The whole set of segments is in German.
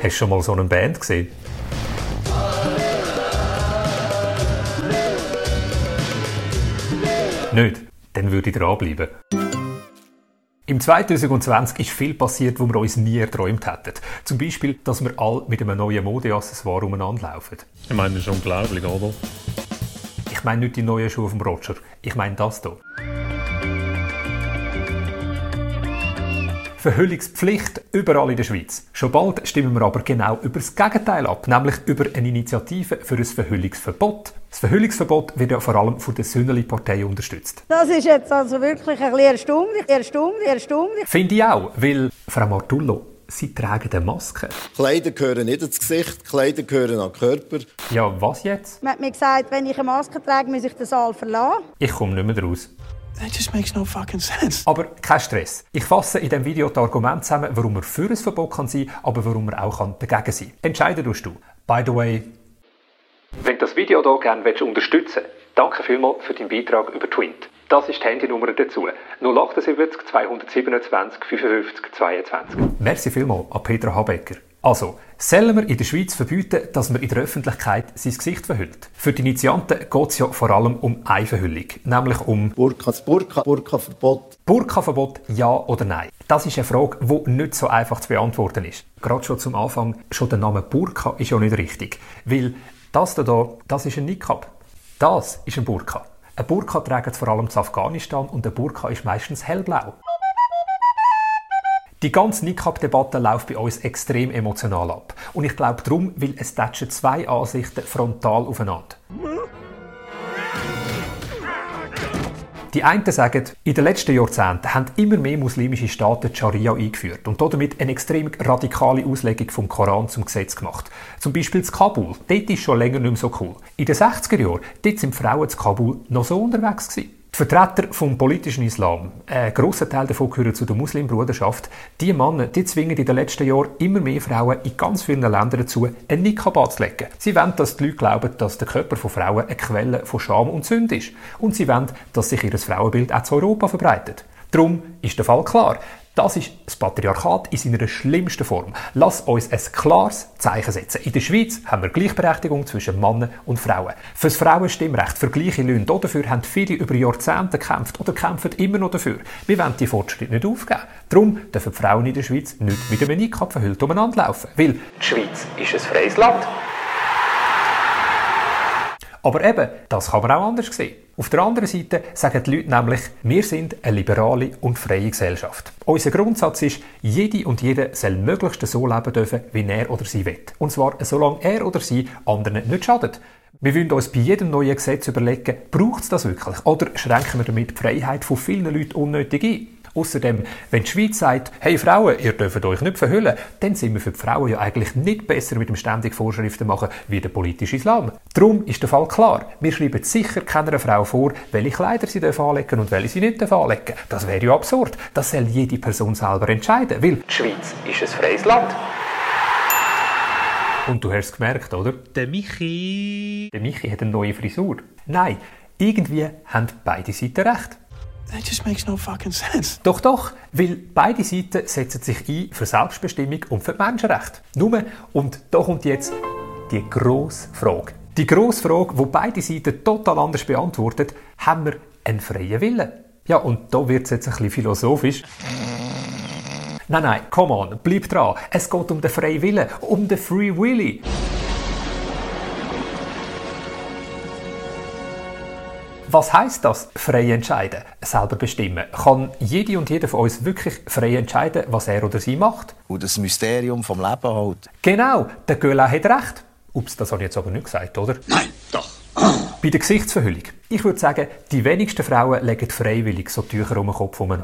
Hast du schon mal so eine Band gesehen? Nicht? Dann würde ich dranbleiben. Im 2020 ist viel passiert, wo wir uns nie erträumt hätten. Zum Beispiel, dass wir alle mit einem neuen Modeaccessoire umeinander laufen. Ich meine, das ist unglaublich, oder? Ich meine nicht die neuen Schuhe vom Roger. Ich meine das hier. Verhüllungspflicht überall in der Schweiz. Schon bald stimmen wir aber genau über das Gegenteil ab, nämlich über eine Initiative für ein Verhüllungsverbot. Das Verhüllungsverbot wird ja vor allem von der Sünneli-Partei unterstützt. Das ist jetzt also wirklich ein bisschen erstaunlich. Finde ich auch, weil, Frau Martullo, Sie tragen eine Maske. Kleider gehören nicht ins Gesicht, Kleider gehören an den Körper. Ja, was jetzt? Man hat mir gesagt, wenn ich eine Maske trage, muss ich den Saal verlassen. Ich komme nicht mehr raus. That just makes no fucking sense. Aber kein Stress. Ich fasse in diesem Video die Argumente zusammen, warum man für ein Verbot kann sein, aber warum man auch dagegen sein kann. Entscheiden tust du. By the way, wenn du das Video hier gerne unterstützen willst, danke vielmals für deinen Beitrag über Twint. Das ist die Handynummer dazu. 078 227 55 22. Merci vielmals an Petra Habecker. Also, sollen wir in der Schweiz verbieten, dass man in der Öffentlichkeit sein Gesicht verhüllt? Für die Initianten geht es ja vor allem um eine Verhüllung, nämlich um Burka-Verbot. Burka-Verbot, ja oder nein? Das ist eine Frage, die nicht so einfach zu beantworten ist. Gerade schon zum Anfang, schon der Name Burka ist ja nicht richtig, weil das hier, das ist ein Niqab. Das ist ein Burka. Ein Burka tragen vor allem in Afghanistan und ein Burka ist meistens hellblau. Die ganze Niqab-Debatte läuft bei uns extrem emotional ab. Und ich glaube darum, weil es touchen zwei Ansichten frontal aufeinander. Die einen sagen, in den letzten Jahrzehnten haben immer mehr muslimische Staaten die Scharia eingeführt und damit eine extrem radikale Auslegung vom Koran zum Gesetz gemacht. Zum Beispiel in Kabul, dort ist schon länger nicht mehr so cool. In den 60er Jahren, dort sind Frauen in Kabul noch so unterwegs gewesen. Die Vertreter vom politischen Islam, ein grosser Teil davon gehören zu der Muslimbruderschaft, die Männer, die zwingen in den letzten Jahren immer mehr Frauen in ganz vielen Ländern dazu, einen Niqab anzulegen. Sie wollen, dass die Leute glauben, dass der Körper von Frauen eine Quelle von Scham und Sünde ist. Und sie wollen, dass sich ihr Frauenbild auch zu Europa verbreitet. Darum ist der Fall klar. Das ist das Patriarchat in seiner schlimmsten Form. Lass uns ein klares Zeichen setzen. In der Schweiz haben wir Gleichberechtigung zwischen Männern und Frauen. Für das Frauenstimmrecht, für gleiche Löhne, dafür haben viele über Jahrzehnte gekämpft oder kämpfen immer noch dafür. Wir wollen die Fortschritte nicht aufgeben. Darum dürfen die Frauen in der Schweiz nicht mit einem Niqab verhüllt umeinander laufen. Weil die Schweiz ist ein freies Land. Aber eben, das kann man auch anders sehen. Auf der anderen Seite sagen die Leute nämlich, wir sind eine liberale und freie Gesellschaft. Unser Grundsatz ist, jede und jeder soll möglichst so leben dürfen, wie er oder sie will. Und zwar, solange er oder sie anderen nicht schadet. Wir wollen uns bei jedem neuen Gesetz überlegen, braucht es das wirklich? Oder schränken wir damit die Freiheit von vielen Leuten unnötig ein? Außerdem, wenn die Schweiz sagt, hey Frauen, ihr dürft euch nicht verhüllen, dann sind wir für die Frauen ja eigentlich nicht besser mit dem ständig Vorschriften machen wie der politische Islam. Darum ist der Fall klar. Wir schreiben sicher keiner Frau vor, welche Kleider sie anlegen und welche sie nicht anlegen dürfen. Das wäre ja absurd. Das soll jede Person selber entscheiden, weil die Schweiz ist ein freies Land. Und du hast es gemerkt, oder? Der Michi hat eine neue Frisur. Nein, irgendwie haben beide Seiten recht. That just makes no fucking sense. Doch, weil beide Seiten setzen sich ein für Selbstbestimmung und für die Menschenrechte. Nur, und da kommt jetzt die grosse Frage. Die grosse Frage, die beide Seiten total anders beantworten, haben wir einen freien Willen? Ja, und da wird es jetzt ein bisschen philosophisch. Nein, come on, bleib dran. Es geht um den freien Willen, um den Free Willy. Was heisst das, frei entscheiden, selber bestimmen? Kann jede und jeder von uns wirklich frei entscheiden, was er oder sie macht? Und das Mysterium vom Leben halt. Genau, der Göhler hat recht. Ups, das habe ich jetzt aber nicht gesagt, oder? Nein, doch. Bei der Gesichtsverhüllung. Ich würde sagen, die wenigsten Frauen legen freiwillig so Tücher um den Kopf an.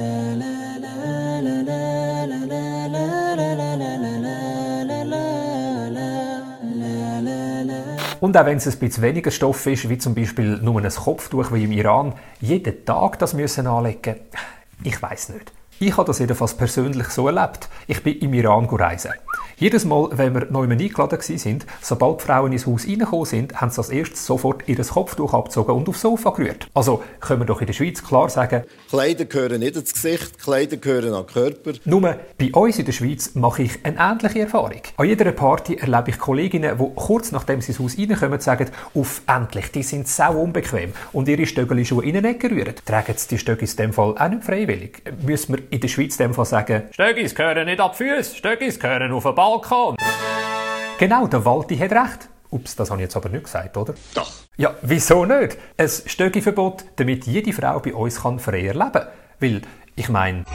Und auch wenn es ein bisschen weniger Stoff ist, wie zum Beispiel nur ein Kopftuch wie im Iran, jeden Tag das müssen anlegen, ich weiss nicht. Ich habe das jedenfalls persönlich so erlebt. Ich bin im Iran reisen. Jedes Mal, wenn wir neu eingeladen waren, sobald die Frauen ins Haus reingekommen sind, haben sie als erstes sofort ihr Kopftuch abgezogen und aufs Sofa gerührt. Also können wir doch in der Schweiz klar sagen, Kleider gehören nicht ins Gesicht, Kleider gehören an den Körper. Nur bei uns in der Schweiz mache ich eine ähnliche Erfahrung. An jeder Party erlebe ich Kolleginnen, die kurz nachdem sie ins Haus reinkommen, sagen, endlich, die sind sau unbequem und ihre Stöckelschuhe in eine Ecke rühren. Tragen sie die Stöckis in dem Fall auch nicht freiwillig? Müssen wir in der Schweiz in dem Fall sagen, Stöckis gehören nicht ab Füße, Stöckis gehören auf den Balkon. Genau, der Walti hat recht. Ups, das habe ich jetzt aber nicht gesagt, oder? Doch. Ja, wieso nicht? Ein Stöckiverbot, damit jede Frau bei uns freier leben kann. Weil, ich meine,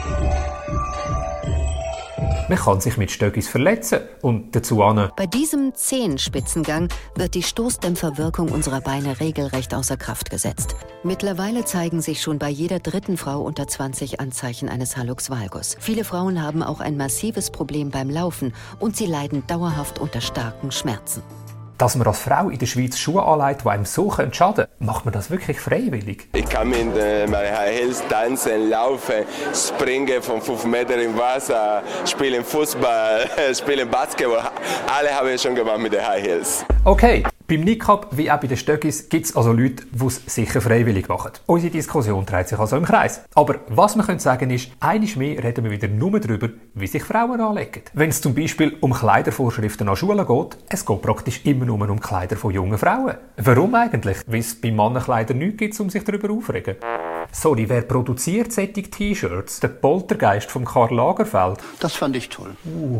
man kann sich mit Stöckis verletzen und dazu an. Bei diesem Zehenspitzengang wird die Stoßdämpferwirkung unserer Beine regelrecht außer Kraft gesetzt. Mittlerweile zeigen sich schon bei jeder dritten Frau unter 20 Anzeichen eines Hallux valgus. Viele Frauen haben auch ein massives Problem beim Laufen und sie leiden dauerhaft unter starken Schmerzen. Dass man als Frau in der Schweiz Schuhe anlegt, die einem so schaden können, macht man das wirklich freiwillig? Ich kann mit meinen High Heels tanzen, laufen, springen von 5 Metern im Wasser, spielen Fußball, spielen Basketball. Alle habe ich schon gemacht mit den High Heels. Okay, beim Niqab wie auch bei den Stöckis gibt es also Leute, die es sicher freiwillig machen. Unsere Diskussion dreht sich also im Kreis. Aber was wir sagen können ist, einmal mehr reden wir wieder nur darüber, wie sich Frauen anlegen. Wenn es zum Beispiel um Kleidervorschriften an Schulen geht, es geht praktisch immer nur um Kleider von jungen Frauen. Warum eigentlich? Weil es bei Mannenkleidern nichts gibt, um sich darüber aufzuregen. Sorry, wer produziert solche T-Shirts? Der Poltergeist von Karl Lagerfeld? Das fand ich toll.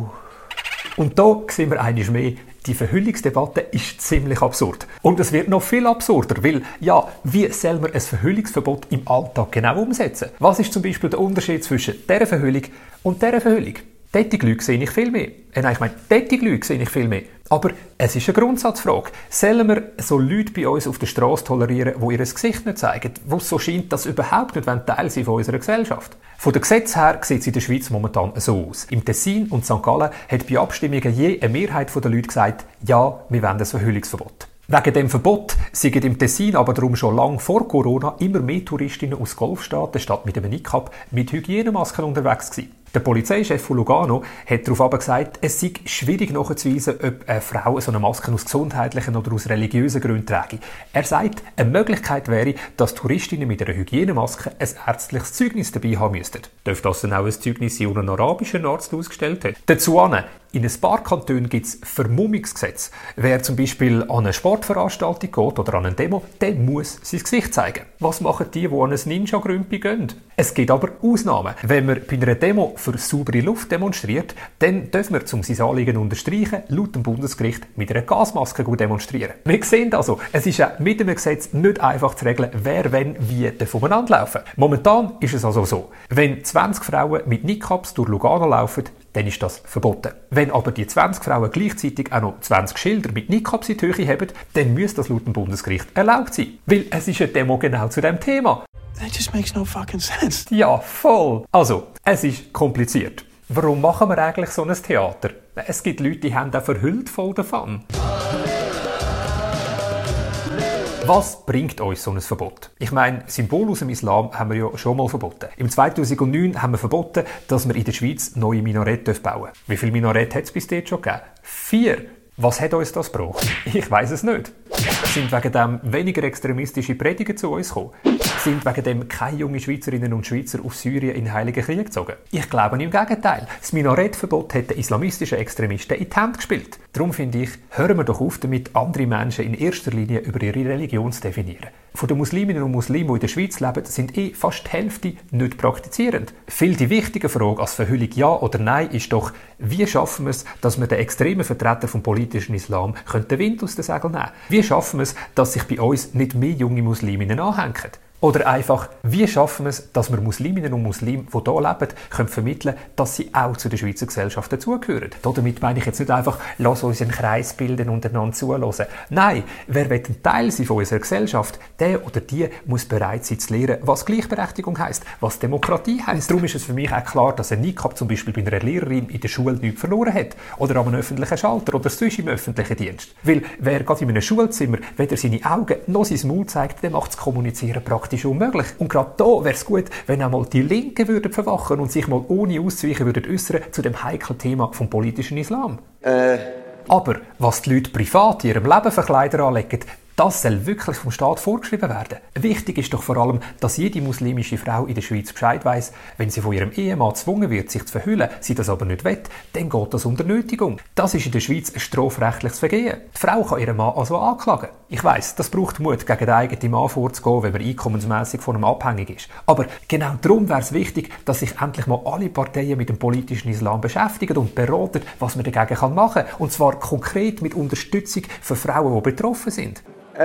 Und da sehen wir einmal mehr, die Verhüllungsdebatte ist ziemlich absurd. Und es wird noch viel absurder, weil, ja, wie soll man ein Verhüllungsverbot im Alltag genau umsetzen? Was ist zum Beispiel der Unterschied zwischen dieser Verhüllung und dieser Verhüllung? Tätige Leute sehe ich viel mehr. Tätige Leute sehe ich viel mehr. Aber es ist eine Grundsatzfrage. Sollen wir so Leute bei uns auf der Straße tolerieren, die ihr Gesicht nicht zeigen, wo es so scheint, dass sie überhaupt nicht Teil sind von unserer Gesellschaft? Von den Gesetzen her sieht es in der Schweiz momentan so aus. Im Tessin und St. Gallen hat bei Abstimmungen je eine Mehrheit der Leute gesagt, ja, wir wollen ein Verhüllungsverbot. Wegen dem Verbot sind im Tessin aber darum schon lange vor Corona immer mehr Touristinnen aus Golfstaaten statt mit einem Niqab mit Hygienemasken unterwegs gewesen. Der Polizeichef von Lugano hat darauf gesagt, es sei schwierig nachzuweisen, ob eine Frau so eine Maske aus gesundheitlichen oder aus religiösen Gründen trage. Er sagt, eine Möglichkeit wäre, dass Touristinnen mit einer Hygienemaske ein ärztliches Zeugnis dabei haben müssten. Dürfte das dann auch ein Zeugnis sein, das ein arabischer Arzt ausgestellt hat? Dazu in ein paar Kantonen gibt es Vermummungsgesetze. Wer zum Beispiel an eine Sportveranstaltung geht oder an eine Demo, der muss sein Gesicht zeigen. Was machen die an ein Ninja-Grümpi gehen? Es gibt aber Ausnahmen. Wenn man bei einer Demo für saubere Luft demonstriert, dann dürfen wir, um sein Anliegen zu unterstreichen, laut dem Bundesgericht mit einer Gasmaske demonstrieren. Wir sehen also, es ist auch mit dem Gesetz nicht einfach zu regeln, wer wenn wie voneinander laufen. Momentan ist es also so, wenn 20 Frauen mit Niqabs durch Lugano laufen, dann ist das verboten. Wenn aber die 20 Frauen gleichzeitig auch noch 20 Schilder mit Niqabs in die Höhe haben, dann müsste das laut dem Bundesgericht erlaubt sein. Weil es ist eine Demo genau zu diesem Thema. That just makes no fucking sense. Ja, voll. Also, es ist kompliziert. Warum machen wir eigentlich so ein Theater? Es gibt Leute, die haben auch verhüllt voll davon. Was bringt uns so ein Verbot? Ich meine, Symbole aus dem Islam haben wir ja schon mal verboten. Im 2009 haben wir verboten, dass wir in der Schweiz neue Minarette bauen dürfen. Wie viele Minarette hat es bis dort schon gegeben? 4. Was hat uns das gebracht? Ich weiss es nicht. Sind wegen dem weniger extremistische Prediger zu uns gekommen? Sind wegen dem keine jungen Schweizerinnen und Schweizer auf Syrien in den Heiligen Krieg gezogen? Ich glaube im Gegenteil. Das Minarettverbot hat den islamistischen Extremisten in die Hände gespielt. Darum finde ich, hören wir doch auf damit, andere Menschen in erster Linie über ihre Religion zu definieren. Von den Musliminnen und Muslimen, die in der Schweiz leben, sind fast die Hälfte nicht praktizierend. Viel die wichtige Frage als Verhüllung ja oder nein ist doch, wie schaffen wir es, dass wir den extremen Vertretern vom politischen Islam den Wind aus den Segeln nehmen können? Wie schaffen wir es, dass sich bei uns nicht mehr junge Musliminnen anhängen? Oder einfach, wie schaffen wir es, dass wir Musliminnen und Muslimen, die hier leben, können vermitteln, dass sie auch zu der Schweizer Gesellschaft dazugehören? Damit meine ich jetzt nicht einfach, lass uns einen Kreis bilden und einander zuhören. Nein, wer will ein Teil sein von unserer Gesellschaft, der oder die muss bereit sein zu lernen, was Gleichberechtigung heisst, was Demokratie heisst. Darum ist es für mich auch klar, dass ein Niqab zum Beispiel bei einer Lehrerin in der Schule nichts verloren hat. Oder an einem öffentlichen Schalter oder sonst im öffentlichen Dienst. Weil wer gerade in einem Schulzimmer weder seine Augen noch sein Maul zeigt, der macht das Kommunizieren praktisch praktisch unmöglich. Und gerade da wäre es gut, wenn auch mal die Linken würden verwachen und sich mal ohne auszuweichen würden äußern zu dem heiklen Thema vom politischen Islam. Aber was die Leute privat in ihrem Leben für Kleider anlegen, das soll wirklich vom Staat vorgeschrieben werden. Wichtig ist doch vor allem, dass jede muslimische Frau in der Schweiz Bescheid weiss, wenn sie von ihrem Ehemann gezwungen wird, sich zu verhüllen, sie das aber nicht will, dann geht das unter Nötigung. Das ist in der Schweiz ein strafrechtliches Vergehen. Die Frau kann ihren Mann also anklagen. Ich weiss, das braucht Mut, gegen den eigenen Mann vorzugehen, wenn man einkommensmässig von ihm abhängig ist. Aber genau darum wäre es wichtig, dass sich endlich mal alle Parteien mit dem politischen Islam beschäftigen und beraten, was man dagegen machen kann. Und zwar konkret mit Unterstützung für Frauen, die betroffen sind.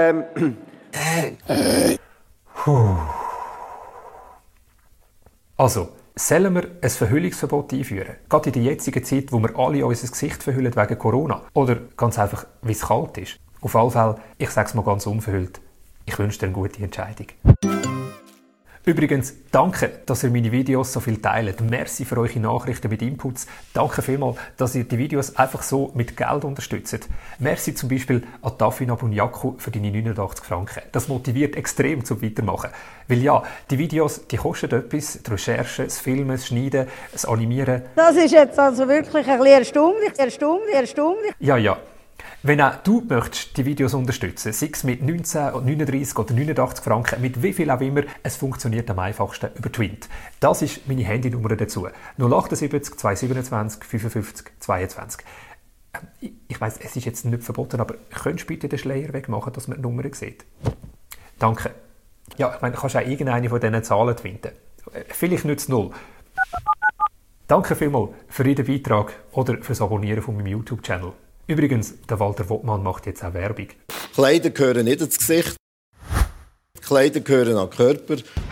Also, sollen wir ein Verhüllungsverbot einführen? Gerade in der jetzigen Zeit, wo wir alle unser Gesicht verhüllen wegen Corona? Oder ganz einfach, weil es kalt ist? Auf alle Fälle, ich sage es mal ganz unverhüllt, ich wünsche dir eine gute Entscheidung. Übrigens, danke, dass ihr meine Videos so viel teilt. Merci für eure Nachrichten mit Inputs. Danke vielmals, dass ihr die Videos einfach so mit Geld unterstützt. Merci zum Beispiel an Tafina Bunyaku für deine 89 Franken. Das motiviert extrem zum Weitermachen. Weil ja, die Videos, die kosten etwas. Die Recherche, das Filmen, das Schneiden, das Animieren. Das ist jetzt also wirklich ein bisschen erstaunlich. Ja. Wenn auch du möchtest die Videos unterstützen, sei es mit 19, 39 oder 89 Franken, mit wie viel auch immer, es funktioniert am einfachsten über Twint. Das ist meine Handynummer dazu. 078 227 55 22. Ich weiss, es ist jetzt nicht verboten, aber könntest du bitte den Schleier wegmachen, dass man die Nummer sieht? Danke. Ja, ich meine, du kannst auch irgendeine von diesen Zahlen finden. Vielleicht nützt es 0. Danke vielmals für jeden Beitrag oder fürs Abonnieren von meinem YouTube-Channel. Übrigens, der Walter Wottmann macht jetzt auch Werbung. Kleider gehören nicht ins Gesicht. Kleider gehören an den Körper.